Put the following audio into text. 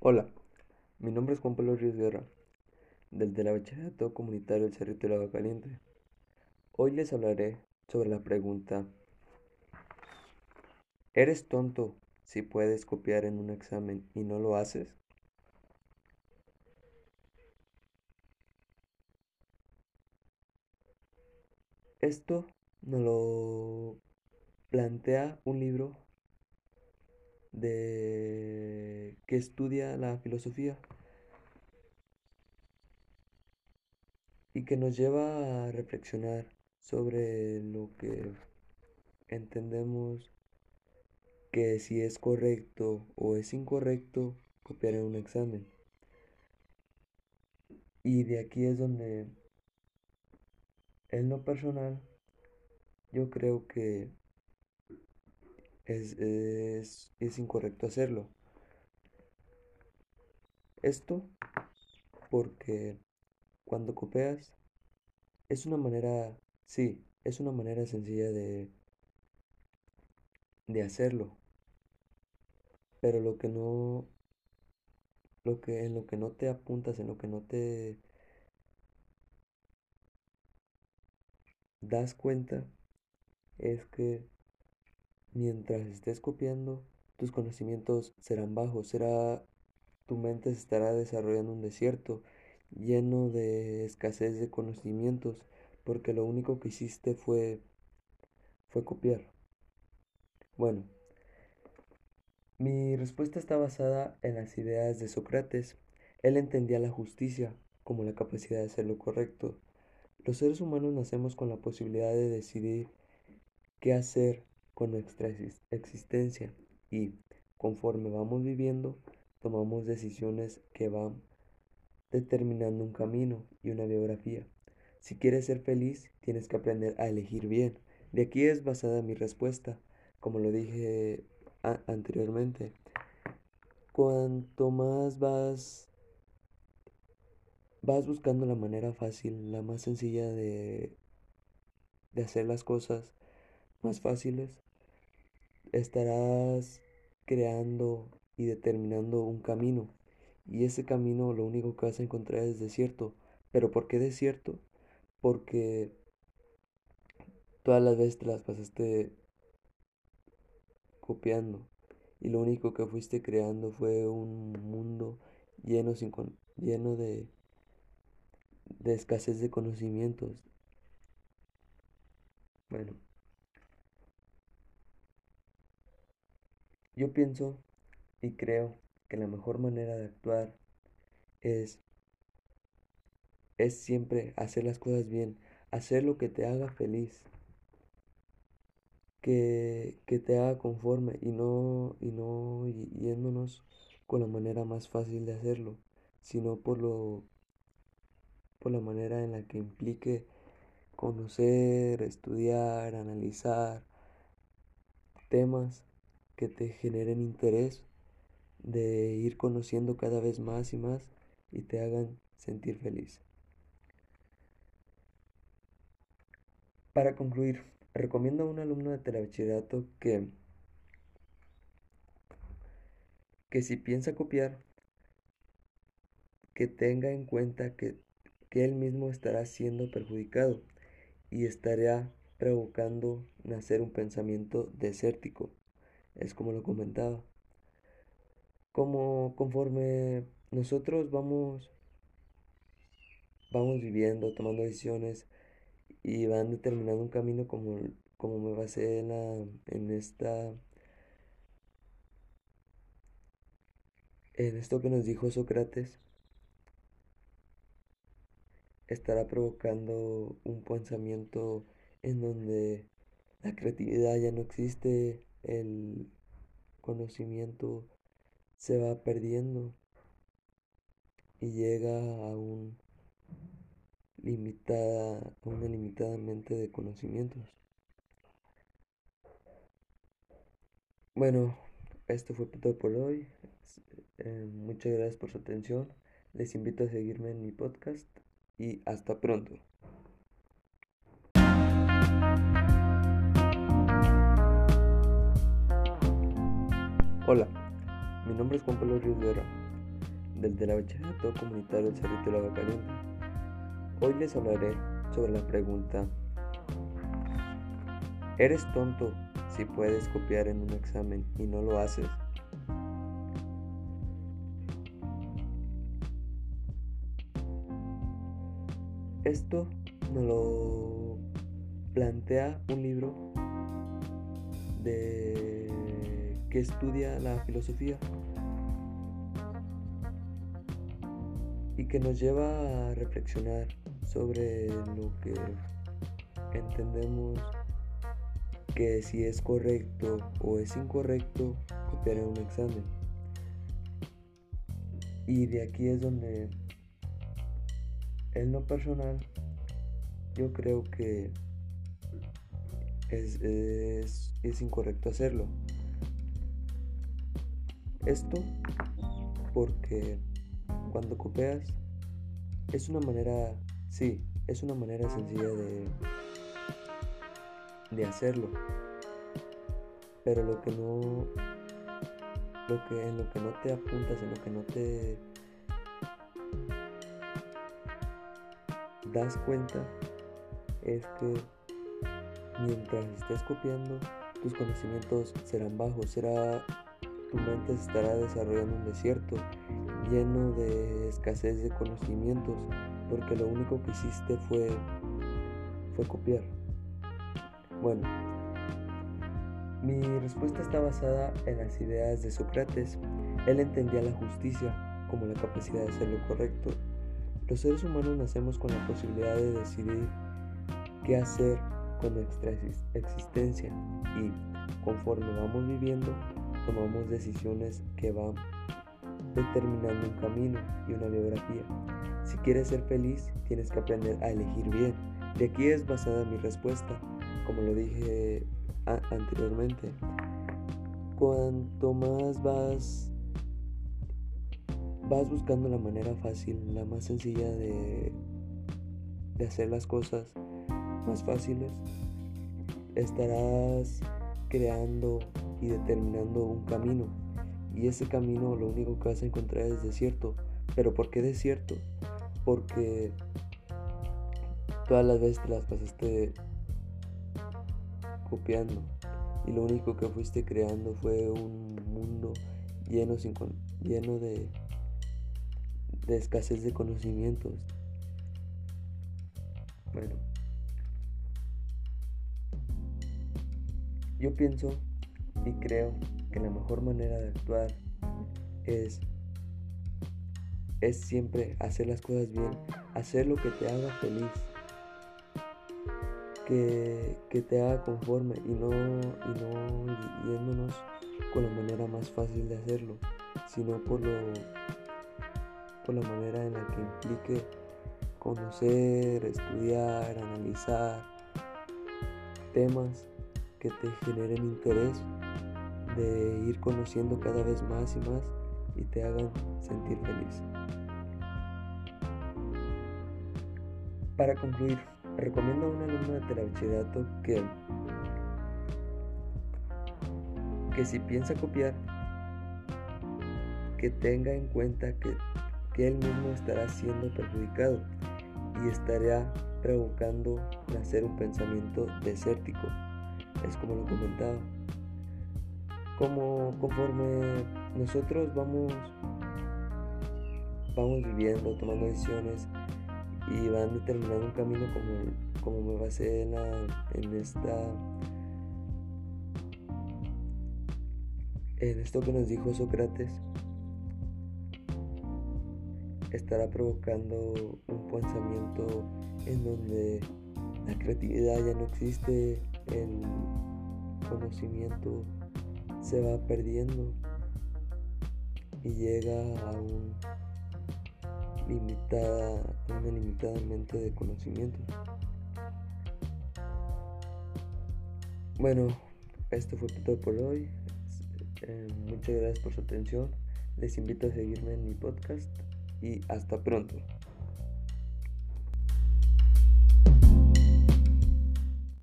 Hola, mi nombre es Juan Pablo Ríos Guerra, del Bachillerato Comunitario del Cerrito del Agua Caliente. Hoy les hablaré sobre la pregunta: ¿eres tonto si puedes copiar en un examen y no lo haces? Esto nos lo plantea un libro que estudia la filosofía y que nos lleva a reflexionar sobre lo que entendemos que si es correcto o es incorrecto copiar en un examen. Y de aquí es donde, en lo personal, yo creo que es incorrecto hacerlo. Esto porque cuando copias es una manera, sí, es una manera sencilla de hacerlo, pero en lo que no te apuntas, en lo que no te das cuenta, es que mientras estés copiando, tus conocimientos serán bajos, tu mente se estará desarrollando un desierto lleno de escasez de conocimientos, porque lo único que hiciste fue copiar. Bueno, mi respuesta está basada en las ideas de Sócrates. Él entendía la justicia como la capacidad de hacer lo correcto. Los seres humanos nacemos con la posibilidad de decidir qué hacer con nuestra existencia y, conforme vamos viviendo, tomamos decisiones que van determinando un camino y una biografía. Si quieres ser feliz, tienes que aprender a elegir bien. De aquí es basada mi respuesta, como lo dije anteriormente. Cuanto más vas buscando la manera fácil, la más sencilla de hacer las cosas más fáciles, estarás creando y determinando un camino. Y ese camino lo único que vas a encontrar es desierto. ¿Pero por qué desierto? Porque todas las veces te las pasaste copiando y lo único que fuiste creando fue un mundo lleno de escasez de conocimientos. Bueno, yo pienso y creo que la mejor manera de actuar es, es siempre hacer las cosas bien, hacer lo que te haga feliz, que te haga conforme y no yéndonos con la manera más fácil de hacerlo, sino por la manera en la que implique conocer, estudiar, analizar temas que te generen interés de ir conociendo cada vez más y más y te hagan sentir feliz. Para concluir, recomiendo a un alumno de telebachillerato que si piensa copiar, que tenga en cuenta que él mismo estará siendo perjudicado y estará provocando nacer un pensamiento desértico. Es como lo comentaba. Como conforme nosotros vamos viviendo, tomando decisiones y van determinando un camino como me basé en esto que nos dijo Sócrates, estará provocando un pensamiento en donde la creatividad ya no existe, el conocimiento se va perdiendo y llega a una limitada mente de conocimientos. Bueno, esto fue todo por hoy. Muchas gracias por su atención. Les invito a seguirme en mi podcast y hasta pronto. Hola, mi nombre es Juan Pablo Ríos Guerra, del Bachillerato Comunitario El Cerrito y la Vacarinda. Hoy les hablaré sobre la pregunta: ¿eres tonto si puedes copiar en un examen y no lo haces? Esto nos lo plantea un libro que estudia la filosofía y que nos lleva a reflexionar sobre lo que entendemos que si es correcto o es incorrecto copiar en un examen. Y de aquí es donde, en lo personal, yo creo que es incorrecto hacerlo. Esto porque cuando copias es una manera sencilla de hacerlo, pero en lo que no te apuntas, en lo que no te das cuenta, es que mientras estés copiando, tus conocimientos serán bajos, tu mente se estará desarrollando un desierto lleno de escasez de conocimientos, porque lo único que hiciste fue copiar. Bueno, mi respuesta está basada en las ideas de Sócrates. Él entendía la justicia como la capacidad de hacer lo correcto. Los seres humanos nacemos con la posibilidad de decidir qué hacer con nuestra existencia y conforme vamos viviendo tomamos decisiones que van determinando un camino y una biografía. Si quieres ser feliz, tienes que aprender a elegir bien. De aquí es basada mi respuesta, como lo dije anteriormente. Cuanto más vas buscando la manera fácil, la más sencilla de hacer las cosas más fáciles, estarás creando y determinando un camino, y ese camino lo único que vas a encontrar es desierto. ¿Pero por qué desierto? Porque todas las veces te las pasaste copiando y lo único que fuiste creando fue un mundo lleno de escasez de conocimientos. Bueno, yo pienso y creo que la mejor manera de actuar es siempre hacer las cosas bien, hacer lo que te haga feliz, que te haga conforme, y no yéndonos con la manera más fácil de hacerlo, sino por la manera en la que implique conocer, estudiar, analizar temas que te generen interés, de ir conociendo cada vez más y más y te hagan sentir feliz. Para concluir, recomiendo a un alumno de telebachillerato que si piensa copiar, que tenga en cuenta que él mismo estará siendo perjudicado y estará provocando nacer un pensamiento desértico. Es como lo comentaba. Conforme nosotros vamos viviendo, tomando decisiones y van determinando un camino, como me basé en esto que nos dijo Sócrates, estará provocando un pensamiento en donde la creatividad ya no existe, el conocimiento se va perdiendo y llega a una limitada mente de conocimiento. Bueno, esto fue todo por hoy. Muchas gracias por su atención. Les invito a seguirme en mi podcast y hasta pronto.